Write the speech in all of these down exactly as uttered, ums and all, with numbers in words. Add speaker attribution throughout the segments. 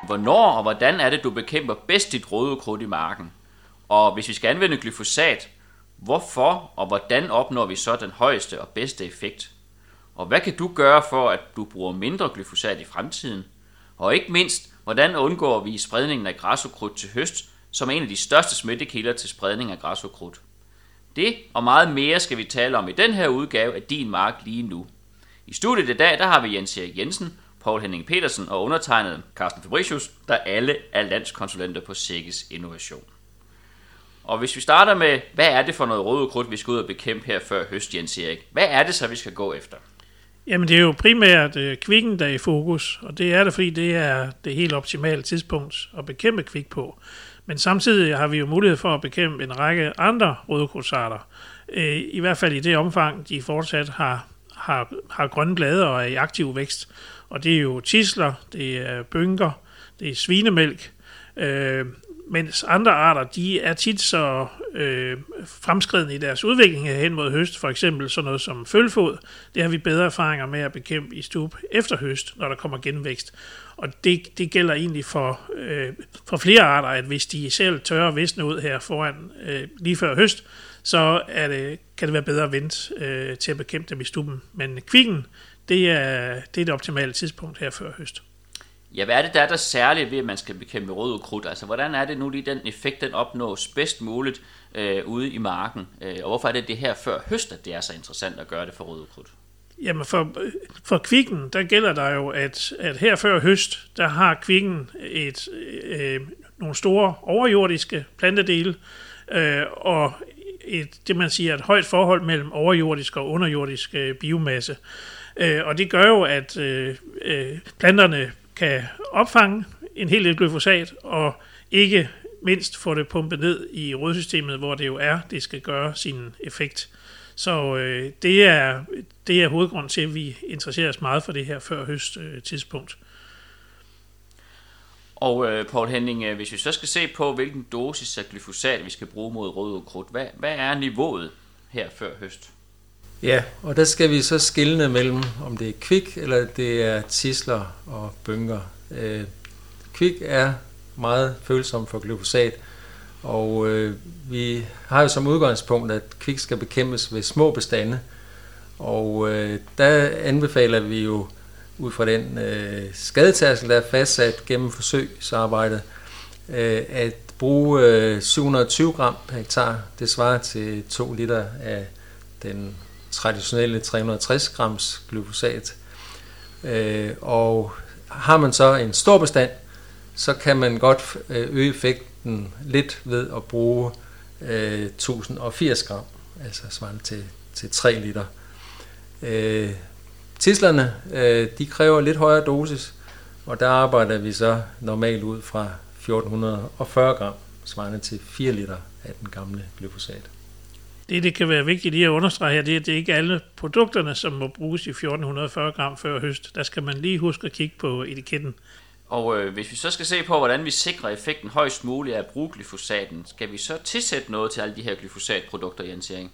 Speaker 1: hvornår og hvordan er det, du bekæmper bedst dit røde ukrudt i marken? Og hvis vi skal anvende glyfosat, hvorfor og hvordan opnår vi så den højeste og bedste effekt? Og hvad kan du gøre for, at du bruger mindre glyfosat i fremtiden? Og ikke mindst, hvordan undgår vi spredningen af græsukrudt til høst, som er en af de største smittekilder til spredning af græsukrudt? Det og meget mere skal vi tale om i den her udgave af Din Mark lige nu. I studiet i dag, der har vi Jens Erik Jensen, Poul Henning Petersen og undertegnet Carsten Fabricius, der alle er landskonsulenter på Sikkes Innovation. Og hvis vi starter med, hvad er det for noget røde ukrudt, vi skal ud og bekæmpe her før høst, Jens Erik? Hvad er det så, vi skal gå efter?
Speaker 2: Jamen det er jo primært øh, kvikken, der er i fokus, og det er det, fordi det er det helt optimale tidspunkt at bekæmpe kvik på. Men samtidig har vi jo mulighed for at bekæmpe en række andre rødekrudtsarter, øh, i hvert fald i det omfang, de fortsat har, har, har grønne blade og er i aktiv vækst. Og det er jo tisler, det er bynker, det er svinemælk, øh, mens andre arter, de er tit så øh, fremskridende i deres udvikling hen mod høst, for eksempel sådan noget som følfod. Det har vi bedre erfaringer med at bekæmpe i stup efter høst, når der kommer genvækst. Og det, det gælder egentlig for, øh, for flere arter, at hvis de selv tørrer visne ud her foran øh, lige før høst, så er det, kan det være bedre at vente øh, til at bekæmpe dem i stuppen. Men kvikken, det er, det er det optimale tidspunkt her før høst.
Speaker 1: Ja, hvad er det, der er der særligt ved, at man skal bekæmpe røde ukrudt? Altså, hvordan er det nu lige den effekt, den opnås bedst muligt øh, ude i marken? Øh, og hvorfor er det det her før høst, at det er så interessant at gøre det for røde ukrudt?
Speaker 2: Jamen, for, for kvikken, der gælder der jo, at, at her før høst, der har kvikken et, øh, nogle store overjordiske plantedele, øh, og et, det man siger, et højt forhold mellem overjordisk og underjordisk øh, biomasse. Øh, og det gør jo, at øh, øh, planterne kan opfange en hel del glyfosat, og ikke mindst få det pumpet ned i rodsystemet, hvor det jo er, det skal gøre sin effekt. Så øh, det, er, det er hovedgrunden til, at vi interesserer os meget for det her før høst øh, tidspunkt.
Speaker 1: Og øh, Poul Henning, øh, hvis vi så skal se på, hvilken dosis af glyfosat vi skal bruge mod røde ukrudt, hvad, hvad er niveauet her før høst?
Speaker 3: Ja, og der skal vi så skelne mellem, om det er kvik eller det er tisler og bynker. Øh, kvik er meget følsom for glyfosat, og øh, vi har jo som udgangspunkt, at kvik skal bekæmpes ved små bestande, og øh, der anbefaler vi jo ud fra den øh, skadetærskel, der er fastsat gennem forsøgsarbejdet, øh, at bruge øh, syv hundrede og tyve gram per hektar. Det svarer til to liter af den traditionelle tre hundrede og tres grams glyfosat. Øh, og har man så en stor bestand, så kan man godt øge effekten lidt ved at bruge øh, tusind og firs gram, altså svarende til, til tre liter. Øh, tislerne, øh, de kræver lidt højere dosis, og der arbejder vi så normalt ud fra fjorten fyrre gram, svarende til fire liter af den gamle glyfosat.
Speaker 2: Det, det kan være vigtigt lige at understrege her, det er, at det er ikke alle produkterne, som må bruges i fjorten fyrre gram før høst. Der skal man lige huske at kigge på etiketten.
Speaker 1: Og øh, hvis vi så skal se på, hvordan vi sikrer effekten højst muligt af at bruge glyfosaten, skal vi så tilsætte noget til alle de her glyfosatprodukter, Jens Erik?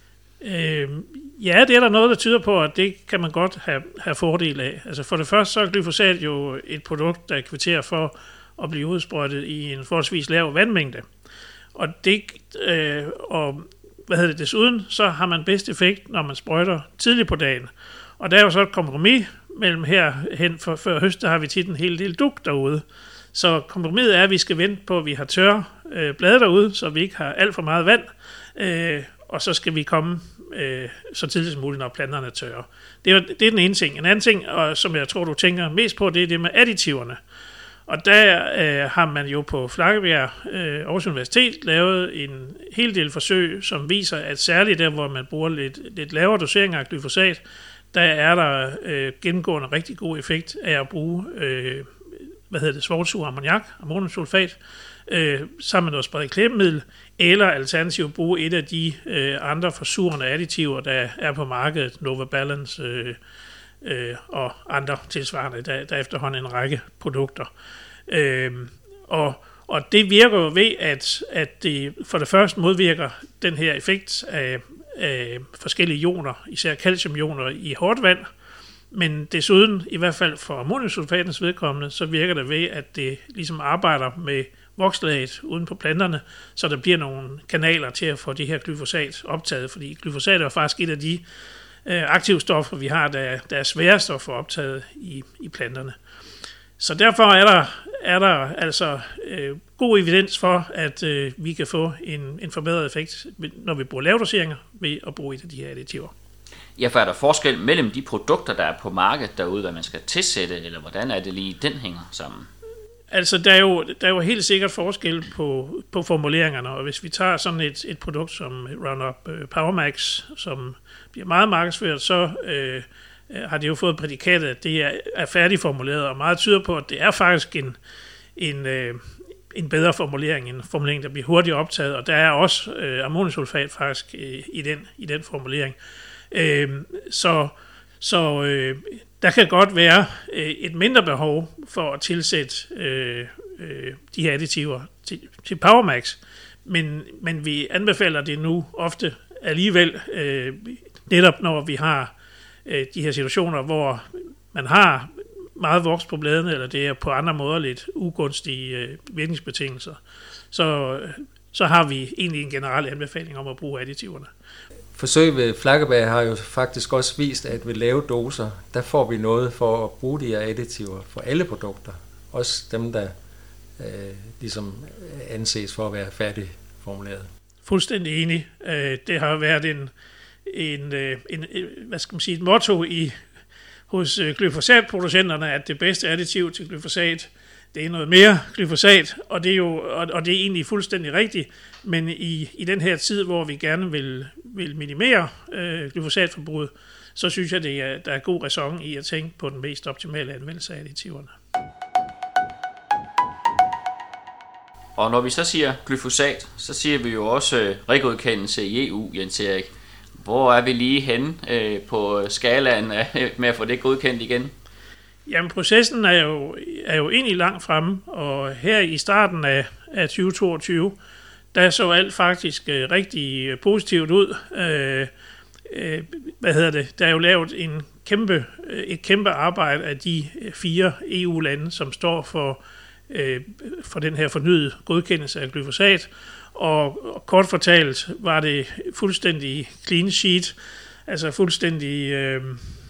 Speaker 2: Øh, ja, det er der noget, der tyder på, at det kan man godt have, have fordel af. Altså for det første, så er glyfosat jo et produkt, der kvitterer for at blive udsprøjtet i en forholdsvis lav vandmængde. Og det... Øh, og Hvad hedder det desuden, så har man bedst effekt, når man sprøjter tidligt på dagen. Og der er jo så et kompromis mellem herhen for før høst, der har vi tit en hel del dug derude. Så kompromiset er, at vi skal vente på, at vi har tørre øh, blade derude, så vi ikke har alt for meget vand. Øh, og så skal vi komme øh, så tidligt som muligt, når planterne er tørre. Det er, det er den ene ting. En anden ting, og som jeg tror, du tænker mest på, det er det med additiverne. Og der øh, har man jo på Flakkebjerg øh, Aarhus Universitet lavet en hel del forsøg, som viser, at særligt der, hvor man bruger lidt, lidt lavere doseringer af glyfosat, der er der øh, gennemgående rigtig god effekt af at bruge øh, hvad hedder det, svovlsur ammoniak, ammoniumsulfat, øh, sammen med noget spredt klæbemiddel, eller alternativt bruge et af de øh, andre forsurende additiver, der er på markedet, Nova Balance øh, øh, og andre tilsvarende, der, der efterhånden en række produkter. Øh, og, og det virker jo ved, at, at det for det første modvirker den her effekt af, af forskellige ioner, især calciumioner i hårdt vand, Men desuden, i hvert fald for ammoniumsulfatens vedkommende, så virker det ved, at det ligesom arbejder med vokslaget uden på planterne, så der bliver nogle kanaler til at få det her glyfosat optaget, fordi glyfosat er faktisk et af de øh, aktivstoffer, vi har, der, der er sværest at få optaget i, i planterne. Så derfor er der, er der altså øh, god evidens for, at øh, vi kan få en, en forbedret effekt, når vi bruger lavdoseringer ved at bruge et af de her additiver.
Speaker 1: Ja, for er der forskel mellem de produkter, der er på markedet derude, hvad man skal tilsætte, eller hvordan er det lige, den hænger sammen?
Speaker 2: Altså, der er jo, der er jo helt sikkert forskel på, på formuleringerne, og hvis vi tager sådan et, et produkt som Roundup PowerMax, som bliver meget markedsført, så øh, har det jo fået prædikatet, at det er, er færdigformuleret, og meget tyder på, at det er faktisk en, en, øh, en bedre formulering, en formulering, der bliver hurtigt optaget, og der er også øh, ammoniumsulfat faktisk øh, i, den, i den formulering. Øh, så så øh, der kan godt være øh, et mindre behov for at tilsætte øh, øh, de her additiver til, til PowerMax, men, men vi anbefaler det nu ofte alligevel, øh, netop når vi har øh, de her situationer, hvor man har meget voks på bladene, eller det er på andre måder lidt ugunstige øh, virkningsbetingelser, så, så har vi egentlig en generel anbefaling om at bruge additiverne.
Speaker 3: Forsøg ved Flakkeberg har jo faktisk også vist, at ved lave doser, der får vi noget for at bruge de her additiver for alle produkter. Også dem, der øh, ligesom anses for at være færdigformuleret.
Speaker 2: Fuldstændig enig. Det har været en, en, en, hvad skal man sige, et motto i, hos glyfosatproducenterne, at det bedste additiv til glyfosat, det er noget mere glyfosat, og det er jo og, og det er egentlig fuldstændig rigtigt, men i, i den her tid, hvor vi gerne vil, vil minimere øh, glyfosatforbruget, så synes jeg, det er, der er god ræson i at tænke på den mest optimale anvendelse af additiverne.
Speaker 1: Og når vi så siger glyfosat, så siger vi jo også øh, regodkendelse i E U, Jens Erik. Hvor er vi lige henne øh, på skalaen øh, med at få det godkendt igen?
Speaker 2: Jamen, processen er jo, er jo egentlig langt fremme, og her i starten af, af tyve toogtyve, der så alt faktisk øh, rigtig positivt ud. Øh, øh, hvad hedder det? Der er jo lavet en kæmpe, et kæmpe arbejde af de fire E U-lande, som står for, øh, for den her fornyede godkendelse af glyfosat, og, og kort fortalt var det fuldstændig clean sheet, altså fuldstændig øh,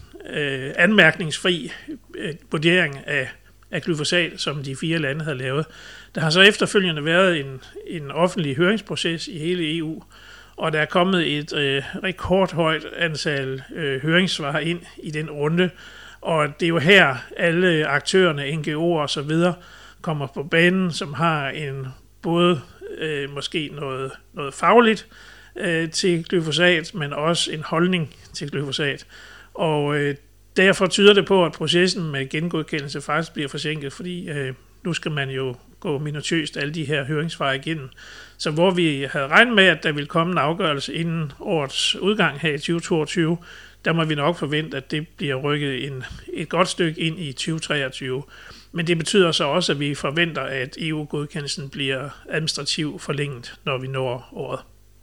Speaker 2: øh, anmærkningsfri øh, vurdering af, af glyfosat, som de fire lande havde lavet. Der har så efterfølgende været en, en offentlig høringsproces i hele E U, og der er kommet et øh, rekordhøjt antal øh, høringssvar ind i den runde, og det er jo her alle aktørerne, N G O'er og så videre, kommer på banen, som har en både øh, måske noget, noget fagligt øh, til glyfosat, men også en holdning til glyfosat. Og øh, derfor tyder det på, at processen med gengodkendelse faktisk bliver forsinket, fordi øh, nu skal man jo gå minutiøst alle de her høringssvar igennem. Så hvor vi havde regnet med, at der ville komme en afgørelse inden årets udgang her i tyve toogtyve, der må vi nok forvente, at det bliver rykket en, et godt stykke ind i tyve treogtyve. Men det betyder så også, at vi forventer, at E U-godkendelsen bliver administrativt forlænget, når vi når året.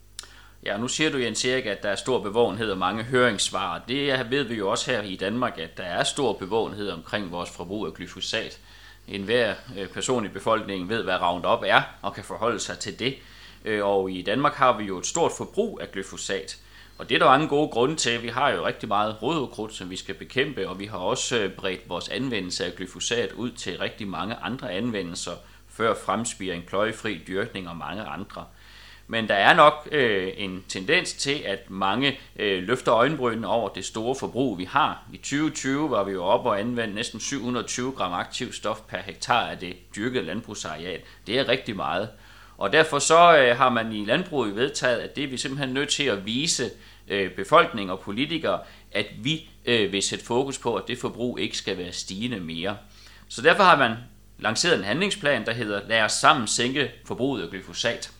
Speaker 1: Ja, nu siger du, Jens Erik, at der er stor bevågenhed og mange høringssvar. Det ved vi jo også her i Danmark, at der er stor bevågenhed omkring vores forbrug af glyfosat. Enhver person i befolkningen ved, hvad Roundup er, og kan forholde sig til det. Og i Danmark har vi jo et stort forbrug af glyfosat. Og det er der mange gode grunde til. Vi har jo rigtig meget rodukrudt, som vi skal bekæmpe, og vi har også bredt vores anvendelse af glyfosat ud til rigtig mange andre anvendelser, før fremspiring, pløjefri dyrkning og mange andre. Men der er nok øh, en tendens til, at mange øh, løfter øjenbrynene over det store forbrug, vi har. I tyve tyve var vi jo oppe og anvendte næsten syv hundrede og tyve gram aktiv stof per hektar af det dyrkede landbrugsareal. Det er rigtig meget. Og derfor så øh, har man i landbruget vedtaget, at det er vi simpelthen nødt til at vise øh, befolkning og politikere, at vi øh, vil sætte fokus på, at det forbrug ikke skal være stigende mere. Så derfor har man lanceret en handlingsplan, der hedder Lad os sammen sænke forbruget af glyfosat.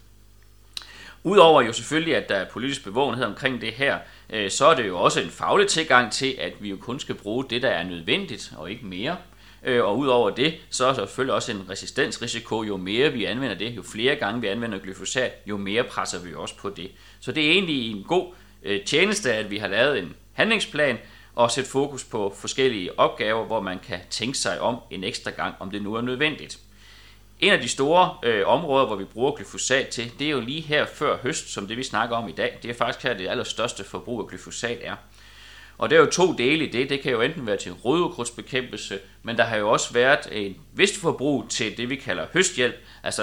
Speaker 1: Udover jo selvfølgelig, at der er politisk bevågenhed omkring det her, øh, så er det jo også en faglig tilgang til, at vi jo kun skal bruge det, der er nødvendigt, og ikke mere. Øh, og udover det, så er der selvfølgelig også en resistensrisiko. Jo mere vi anvender det, jo flere gange vi anvender glyfosat, jo mere presser vi også på det. Så det er egentlig en god øh, tjeneste, at vi har lavet en handlingsplan, og sætte fokus på forskellige opgaver, hvor man kan tænke sig om en ekstra gang, om det nu er nødvendigt. En af de store øh, områder, hvor vi bruger glyfosat til, det er jo lige her før høst, som det vi snakker om i dag. Det er faktisk her, det allerstørste forbrug af glyfosat er. Og der er jo to dele i det. Det kan jo enten være til rodukrudtsbekæmpelse, men der har jo også været et vist forbrug til det, vi kalder høsthjælp, altså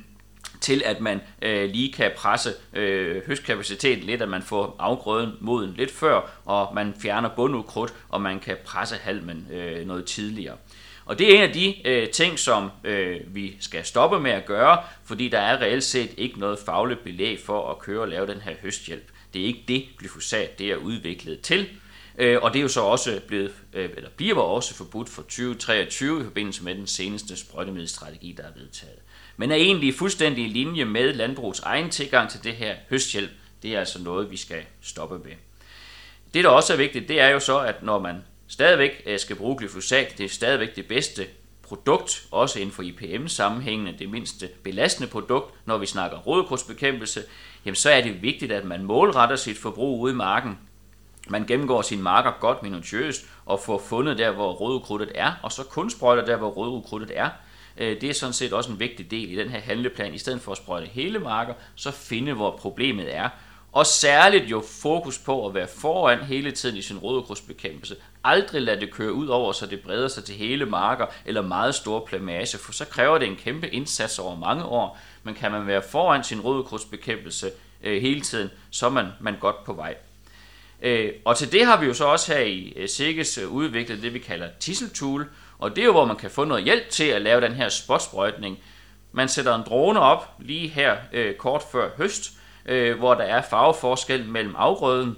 Speaker 1: til at man øh, lige kan presse øh, høstkapaciteten lidt, at man får afgrøden moden lidt før, og man fjerner bundukrudt, og man kan presse halmen øh, noget tidligere. Og det er en af de øh, ting, som øh, vi skal stoppe med at gøre, fordi der er reelt set ikke noget fagligt belæg for at køre og lave den her høsthjælp. Det er ikke det, glyfosat det er udviklet til. Øh, og det er jo så også blevet, øh, eller bliver også forbudt for tyve treogtyve i forbindelse med den seneste sprøjtemiddelstrategi, der er vedtaget. Men er egentlig fuldstændig i linje med landbrugets egen tilgang til det her høsthjælp. Det er altså noget, vi skal stoppe med. Det, der også er vigtigt, det er jo så, at når man stadigvæk skal bruge glyfosat, det er stadigvæk det bedste produkt, også inden for I P M-sammenhængene, det mindste belastende produkt, når vi snakker rodekrudtsbekæmpelse, jamen så er det vigtigt, at man målretter sit forbrug ude i marken. Man gennemgår sine marker godt minutiøst og får fundet der, hvor rodekrudtet er, og så kun sprøjter der, hvor rodekrudtet er. Det er sådan set også en vigtig del i den her handleplan. I stedet for at sprøjte hele marker, så finde, hvor problemet er. Og særligt jo fokus på at være foran hele tiden i sin rodekrudtsbekæmpelse. Aldrig lade det køre ud over, så det breder sig til hele marker eller meget store plamage, for så kræver det en kæmpe indsats over mange år. Men kan man være foran sin rodekrudtsbekæmpelse øh, hele tiden, så er man, man godt på vej. Øh, og til det har vi jo så også her i øh, Sikkes øh, udviklet det, vi kalder Tisseltool, og det er jo, hvor man kan få noget hjælp til at lave den her spotsprøjtning. Man sætter en drone op lige her øh, kort før høst, øh, hvor der er farveforskel mellem afgrøden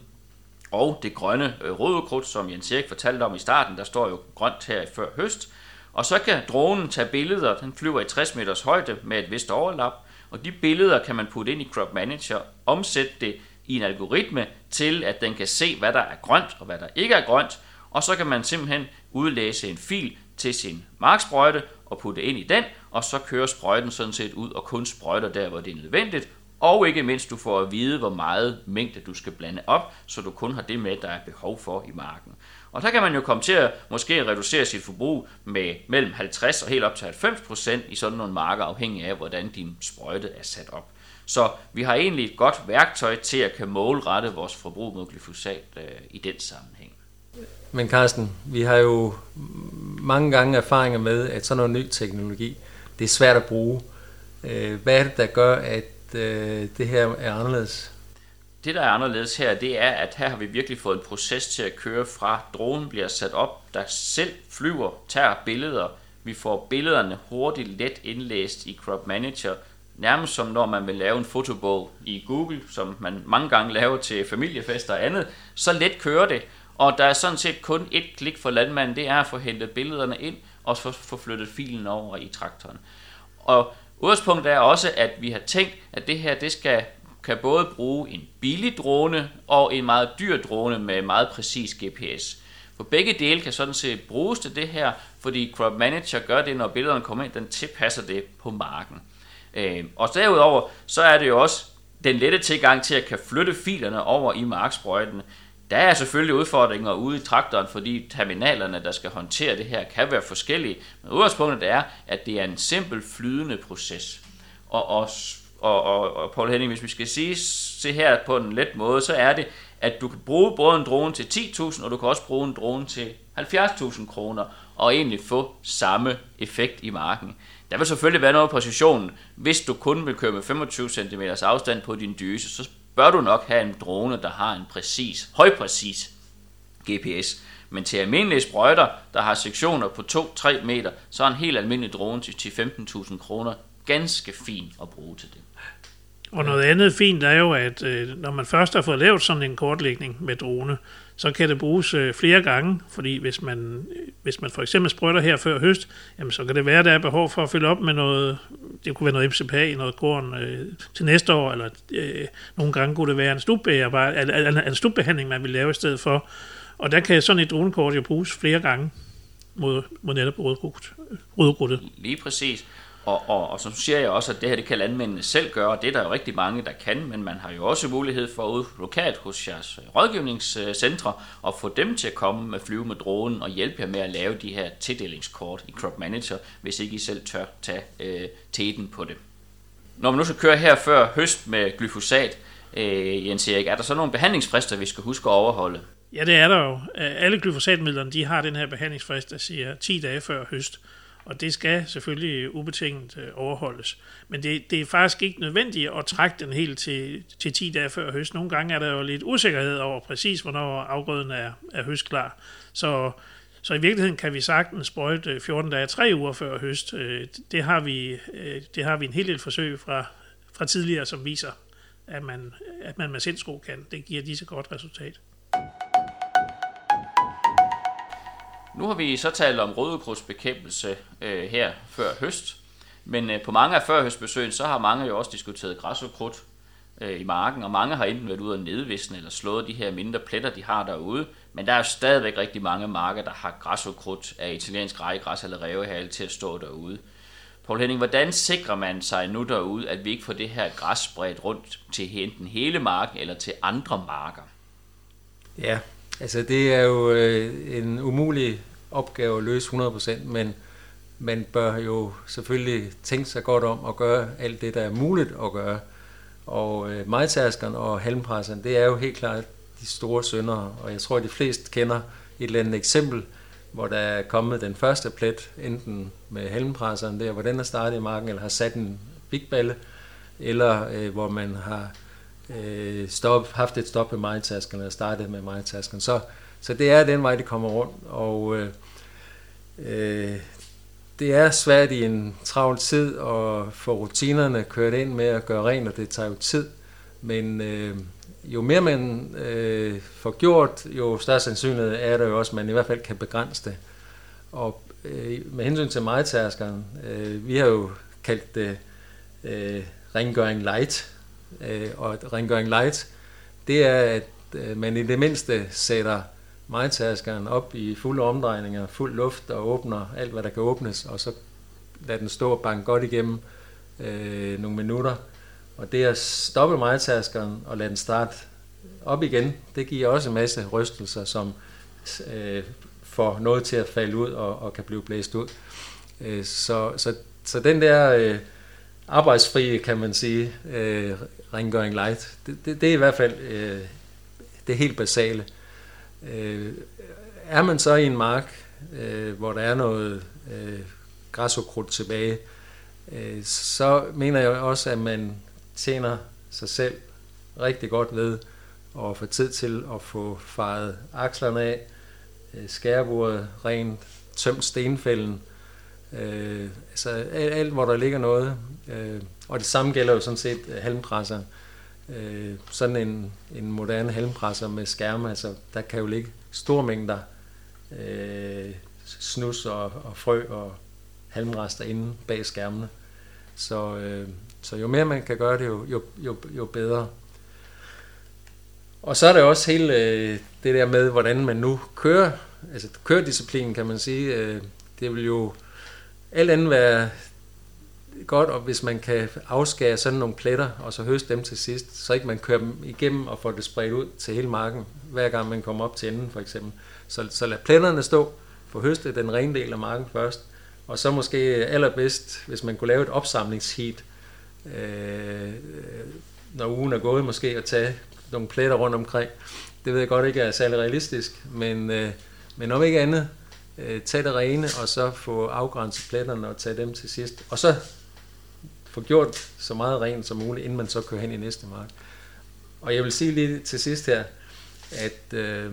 Speaker 1: og det grønne øh, rodekrudt, som Jens Erik fortalte om i starten. Der står jo grønt her før høst. Og så kan dronen tage billeder. Den flyver i tres meters højde med et vist overlap. Og de billeder kan man putte ind i Crop Manager, omsætte det i en algoritme til, at den kan se, hvad der er grønt og hvad der ikke er grønt. Og så kan man simpelthen udlæse en fil til sin marksprøjte og putte ind i den, og så kører sprøjten sådan set ud og kun sprøjter der, hvor det er nødvendigt. Og ikke mindst, du får at vide, hvor meget mængde du skal blande op, så du kun har det med, der er behov for i marken. Og der kan man jo komme til at måske reducere sit forbrug med mellem halvtreds og helt op til halvfems procent i sådan nogle marker, afhængig af, hvordan din sprøjte er sat op. Så vi har egentlig et godt værktøj til at kan målrette vores forbrug med glyfosat øh, i den sammenhæng.
Speaker 3: Men Carsten, vi har jo mange gange erfaringer med, at sådan noget ny teknologi, det er svært at bruge. Hvad er det, der gør, at det her er anderledes?
Speaker 1: Det, der er anderledes her, det er, at her har vi virkelig fået en proces til at køre fra, dronen bliver sat op, der selv flyver, tager billeder. Vi får billederne hurtigt, let indlæst i Crop Manager, nærmest som når man vil lave en fotobog i Google, som man mange gange laver til familiefester og andet. Så let kører det, og der er sådan set kun et klik for landmanden, det er at få hentet billederne ind, og så få flyttet filen over i traktoren. Og udgangspunktet er også, at vi har tænkt, at det her det skal, kan både bruge en billig drone og en meget dyr drone med meget præcis G P S. For begge dele kan sådan set bruges til det her, fordi Crop Manager gør det, når billederne kommer ind, den tilpasser det på marken. Og derudover, så er det jo også den lette tilgang til at kan flytte filerne over i marksprøjten. Der er selvfølgelig udfordringer ude i traktoren, fordi terminalerne, der skal håndtere det her, kan være forskellige. Men udgangspunktet er, at det er en simpel flydende proces. Og, og, og, og, og Poul Henning, hvis vi skal sige se her på en let måde, så er det, at du kan bruge både en drone til ti tusind, og du kan også bruge en drone til halvfjerds tusind kroner, og egentlig få samme effekt i marken. Der vil selvfølgelig være noget på positionen. Hvis du kun vil køre med femogtyve centimeter afstand på din dyse, så bør du nok have en drone, der har en præcis, højpræcis G P S. Men til almindelige sprøjter, der har sektioner på to til tre meter, så er en helt almindelig drone til ti til femten tusind kroner ganske fin at bruge til det.
Speaker 2: Og noget andet fint er jo, at øh, når man først har fået lavet sådan en kortlægning med drone, så kan det bruges øh, flere gange, fordi hvis man, hvis man for eksempel sprøjter her før høst, jamen, så kan det være, at der er behov for at fylde op med noget, det kunne være noget M C P A, noget korn øh, til næste år, eller øh, nogle gange kunne det være en stubbehandling, en stubbehandling, man vil lave i stedet for. Og der kan sådan et dronekort jo bruges flere gange mod, mod netop rødgrudtet.
Speaker 1: Lige præcis. Og, og, og så siger jeg også, at det her det kan landmændene selv gøre, og det er der jo rigtig mange, der kan, men man har jo også mulighed for ude lokalt hos jeres rådgivningscentre at få dem til at komme med flyve med dronen og hjælpe jer med at lave de her tildelingskort i Crop Manager, hvis ikke I selv tør tage øh, teten på det. Når man nu skal køre her før høst med glyfosat, øh, Jens Erik, er der så nogle behandlingsfrister, vi skal huske at overholde?
Speaker 2: Ja, det er der jo. Alle glyfosatmidlerne, de har den her behandlingsfrist, der siger ti dage før høst. Og det skal selvfølgelig ubetinget overholdes. Men det, det er faktisk ikke nødvendigt at trække den helt til, til ti dage før høst. Nogle gange er der jo lidt usikkerhed over præcis, hvornår afgrøden er, er høstklar. Så, så i virkeligheden kan vi sagtens sprøjte fjorten dage, tre uger før høst. Det har vi, det har vi en hel del forsøg fra, fra tidligere, som viser, at man, at man med sindsro kan. Det giver lige så godt resultat.
Speaker 1: Nu har vi så talt om røddekrudtsbekæmpelse øh, her før høst, men øh, på mange af førhøstbesøgene, så har mange jo også diskuteret græsukrudt øh, i marken, og mange har enten været ude og nedvisne eller slået de her mindre pletter, de har derude, men der er jo stadigvæk rigtig mange marker, der har græsukrudt af italiensk rejegræs eller rævehale til at stå derude. Poul Henning, hvordan sikrer man sig nu derude, at vi ikke får det her græs spredt rundt til enten hele marken eller til andre marker?
Speaker 3: Ja, altså det er jo øh, en umulig opgave at løse hundrede procent, men man bør jo selvfølgelig tænke sig godt om at gøre alt det, der er muligt at gøre. Og øh, mejetærskeren og halmpresseren, det er jo helt klart de store syndere, og jeg tror, at de fleste kender et eller andet eksempel, hvor der er kommet den første plet, enten med halmpresseren der, hvor den er startet i marken, eller har sat en bigballe, eller øh, hvor man har øh, stop, haft et stop med mejetærskerne og startet med mejetærskerne. Så, så det er den vej, det kommer rundt, og øh, øh, det er svært i en travl tid at få rutinerne kørt ind med at gøre rent, og det tager jo tid, men øh, jo mere man øh, får gjort, jo større sandsynlighed er der jo også, at man i hvert fald kan begrænse det. Og øh, med hensyn til mejetærskeren, øh, vi har jo kaldt det øh, rengøring light, øh, og rengøring light, det er, at øh, man i det mindste sætter mejetærskeren op i fulde omdrejninger, fuld luft og åbner alt, hvad der kan åbnes, og så lader den stå og banke godt igennem øh, nogle minutter. Og det at stoppe mejetærskeren og lade den starte op igen, det giver også en masse rystelser, som øh, får noget til at falde ud og, og kan blive blæst ud. Øh, så, så, så den der øh, arbejdsfrie, kan man sige, øh, rengøring light, det, det, det er i hvert fald øh, det helt basale. Øh, er man så i en mark, øh, hvor der er noget øh, græsukrudt tilbage, øh, så mener jeg også, at man tjener sig selv rigtig godt ved at få tid til at få faret akslerne af, skærebordet rent, tømt stenfælden, øh, altså alt, alt, hvor der ligger noget. Øh, og det samme gælder jo sådan set halmpresser. Øh, sådan en, en moderne halmpresser med skærme, altså der kan jo ligge store mængder øh, snus og, og frø og halmrester inde bag skærmene. Så, øh, så jo mere man kan gøre det, jo, jo, jo, jo bedre. Og så er der også hele øh, det der med, hvordan man nu kører, altså køredisciplinen, kan man sige. Øh, det vil jo alt andet være godt, og hvis man kan afskære sådan nogle pletter, og så høste dem til sidst, så ikke man kører dem igennem og får det spredt ud til hele marken, hver gang man kommer op til enden for eksempel. Så, så lad pletterne stå, få høste den rene del af marken først, og så måske allerbedst, hvis man kunne lave et opsamlingsheat, øh, når ugen er gået, måske at tage nogle pletter rundt omkring. Det ved jeg godt ikke er særlig realistisk, men, øh, men om ikke andet, øh, tag det rene, og så få afgrænset pletterne og tage dem til sidst. Og så få gjort så meget rent som muligt, inden man så kører hen i næste mark. Og jeg vil sige lige til sidst her, at øh,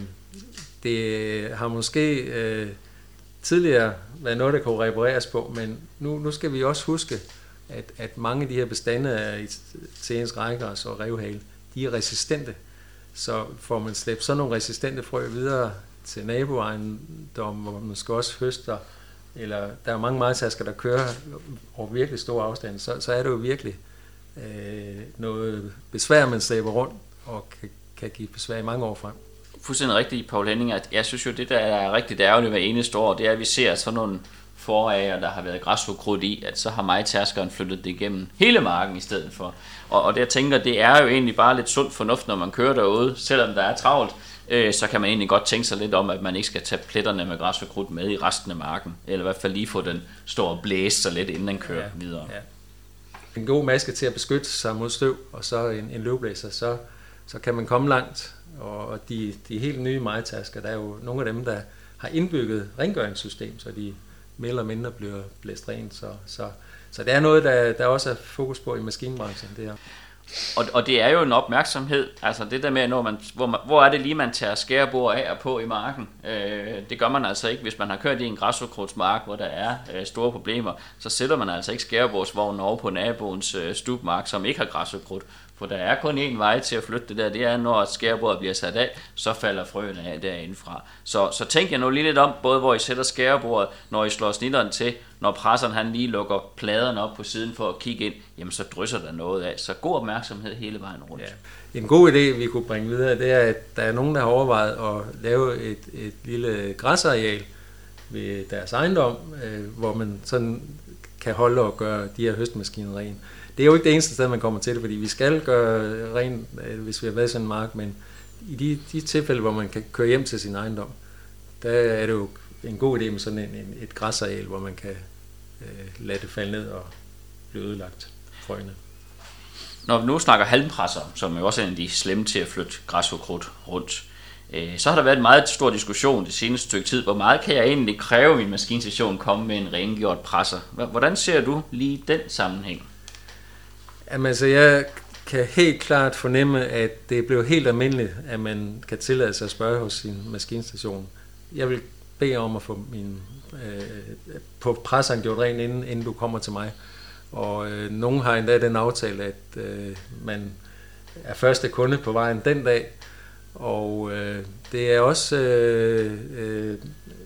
Speaker 3: det har måske øh, tidligere været noget, der kunne repareres på, men nu, nu skal vi også huske, at, at mange af de her bestande af italiensk rejegræs og rævehale, de er resistente. Så får man slæbt sådan nogle resistente frø videre til naboejendommen, hvor man skal også høster, eller der er mange mejetærsker, der kører over virkelig store afstande, så, så er det jo virkelig øh, noget besvær, man slæber rundt, og kan, kan give besvær i mange år frem.
Speaker 1: Fuldstændig rigtigt, Poul Henning, at jeg synes jo, det der er rigtig ærgerligt hver eneste år, det er, at vi ser sådan nogle foraf, og der har været græsukrudt i, at så har majtærskeren flyttet det igennem hele marken i stedet for. Og, og det jeg tænker, det er jo egentlig bare lidt sund fornuft, når man kører derude, selvom der er travlt, øh, så kan man egentlig godt tænke sig lidt om, at man ikke skal tage pletterne med græsukrudt med i resten af marken, eller i hvert fald lige få den store blæse så lidt, inden den kører ja, videre. Ja.
Speaker 3: En god maske til at beskytte sig mod støv, og så en, en løvblæser, så, så kan man komme langt. Og de, de helt nye majtasker, der er jo nogle af dem, der har indbygget rengøringssystem, så de mere eller mindre bliver blæst rent. Så, så, så det er noget, der, der også er fokus på i maskinbranchen. Det her.
Speaker 1: Og, og det er jo en opmærksomhed, altså det der med, når man, hvor, man, hvor er det lige, man tager skærebord af og på i marken. Øh, det gør man altså ikke, hvis man har kørt i en græsukrudtsmark, hvor der er øh, store problemer, så sætter man altså ikke skærebordsvognen over på naboens øh, stubmark, som ikke har græsukrudt. For der er kun én vej til at flytte det der, det er, når skærebordet bliver sat af, så falder frøene af derindefra. Så, så tænk jer nu lige lidt om, både hvor I sætter skærebordet, når I slår snitteren til, når presseren han lige lukker pladerne op på siden for at kigge ind, jamen så drysser der noget af. Så god opmærksomhed hele vejen rundt.
Speaker 3: Ja. En god idé, vi kunne bringe videre, det er, at der er nogen, der har overvejet at lave et, et lille græsareal ved deres ejendom, øh, hvor man sådan kan holde og gøre de her høstmaskiner ren. Det er jo ikke det eneste sted, man kommer til det, fordi vi skal gøre ren, hvis vi har været i sådan en mark, men i de, de tilfælde, hvor man kan køre hjem til sin ejendom, der er det jo en god idé med sådan en, en, et græsareal, hvor man kan øh, lade det falde ned og blive ødelagt frøene.
Speaker 1: Når vi nu snakker halmpresser, som jo også er en af de slemme til at flytte græsukrudt rundt, øh, så har der været en meget stor diskussion det seneste stykke tid. Hvor meget kan jeg egentlig kræve, at min maskinstation komme med en rengjort presser? Hvordan ser du lige den sammenhæng?
Speaker 3: Jamen altså, jeg kan helt klart fornemme, at det blev helt almindeligt, at man kan tillade sig at spørge hos sin maskinstation. Jeg vil bede om at få min øh, på presseren gjort ren, inden, inden du kommer til mig. Og øh, nogen har endda den aftale, at øh, man er første kunde på vejen den dag. Og øh, det er også øh, øh,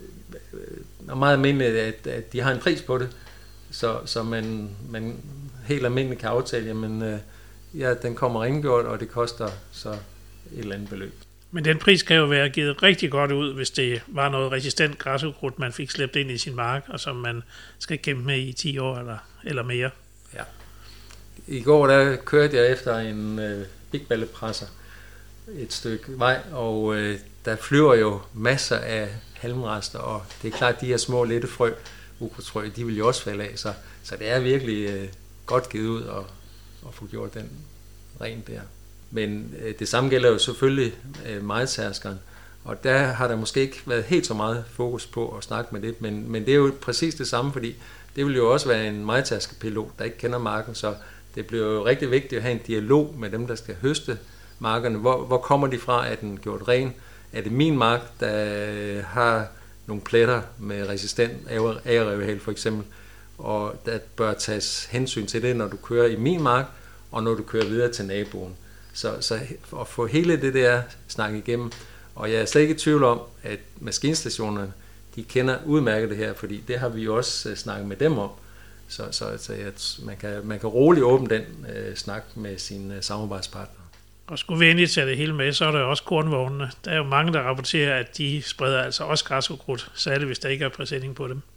Speaker 3: meget almindeligt, at, at de har en pris på det, så, så man, man helt almindeligt kan aftale, jamen øh, ja, den kommer rengjort, og det koster så et eller andet beløb.
Speaker 2: Men den pris kan jo være givet rigtig godt ud, hvis det var noget resistent græsukrudt, man fik slæbt ind i sin mark, og som man skal kæmpe med i ti år eller, eller mere.
Speaker 3: Ja. I går der kørte jeg efter en øh, bigballepresser et stykke vej, og øh, der flyver jo masser af halmrester, og det er klart, at de her små lette frø, ukrudtsfrø, de vil jo også falde af, så, så det er virkelig øh, godt givet ud at, at få gjort den ren der. Men øh, det samme gælder jo selvfølgelig øh, majtærskeren, og der har der måske ikke været helt så meget fokus på at snakke med det, men, men det er jo præcis det samme, fordi det vil jo også være en majtærskepilot, der ikke kender marken, så det bliver jo rigtig vigtigt at have en dialog med dem, der skal høste markerne. Hvor, hvor kommer de fra? Er den gjort ren? Er det min mark, der har nogle pletter med resistent agerrevhæl for eksempel, og der bør tages hensyn til det, når du kører i min mark, og når du kører videre til naboen. Så, så at få hele det der snak igennem, og jeg er slet ikke i tvivl om, at maskinstationerne, de kender udmærket det her, fordi det har vi jo også snakket med dem om, så, så, så at man, kan, man kan roligt åbne den øh, snak med sine samarbejdspartnere.
Speaker 2: Og skulle vi endelig tage det hele med, så er der jo også kornvognene. Der er jo mange, der rapporterer, at de spreder altså også græsukrudt, særligt hvis der ikke er præsending på dem.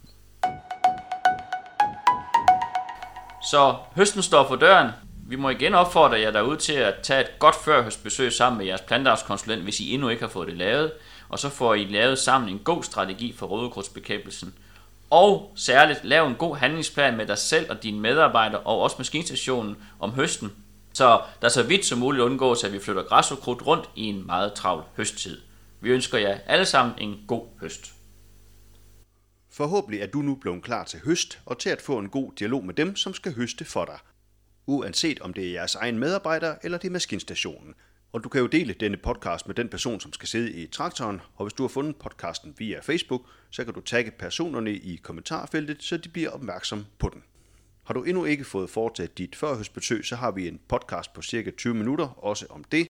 Speaker 1: Så høsten står for døren. Vi må igen opfordre jer derude til at tage et godt førhøstbesøg sammen med jeres planteavlskonsulent, hvis I endnu ikke har fået det lavet. Og så får I lavet sammen en god strategi for rødkrudtsbekæmpelsen. Og særligt lav en god handlingsplan med dig selv og dine medarbejdere og også maskinstationen om høsten. Så der så vidt som muligt undgås, at vi flytter græsukrudt rundt i en meget travl høsttid. Vi ønsker jer alle sammen en god høst.
Speaker 4: Forhåbentlig er du nu blevet klar til høst og til at få en god dialog med dem, som skal høste for dig. Uanset om det er jeres egen medarbejdere eller det er maskinstationen. Og du kan jo dele denne podcast med den person, som skal sidde i traktoren, og hvis du har fundet podcasten via Facebook, så kan du tagge personerne i kommentarfeltet, så de bliver opmærksom på den. Har du endnu ikke fået foretaget dit førhøstbesøg, så har vi en podcast på cirka tyve minutter, også om det.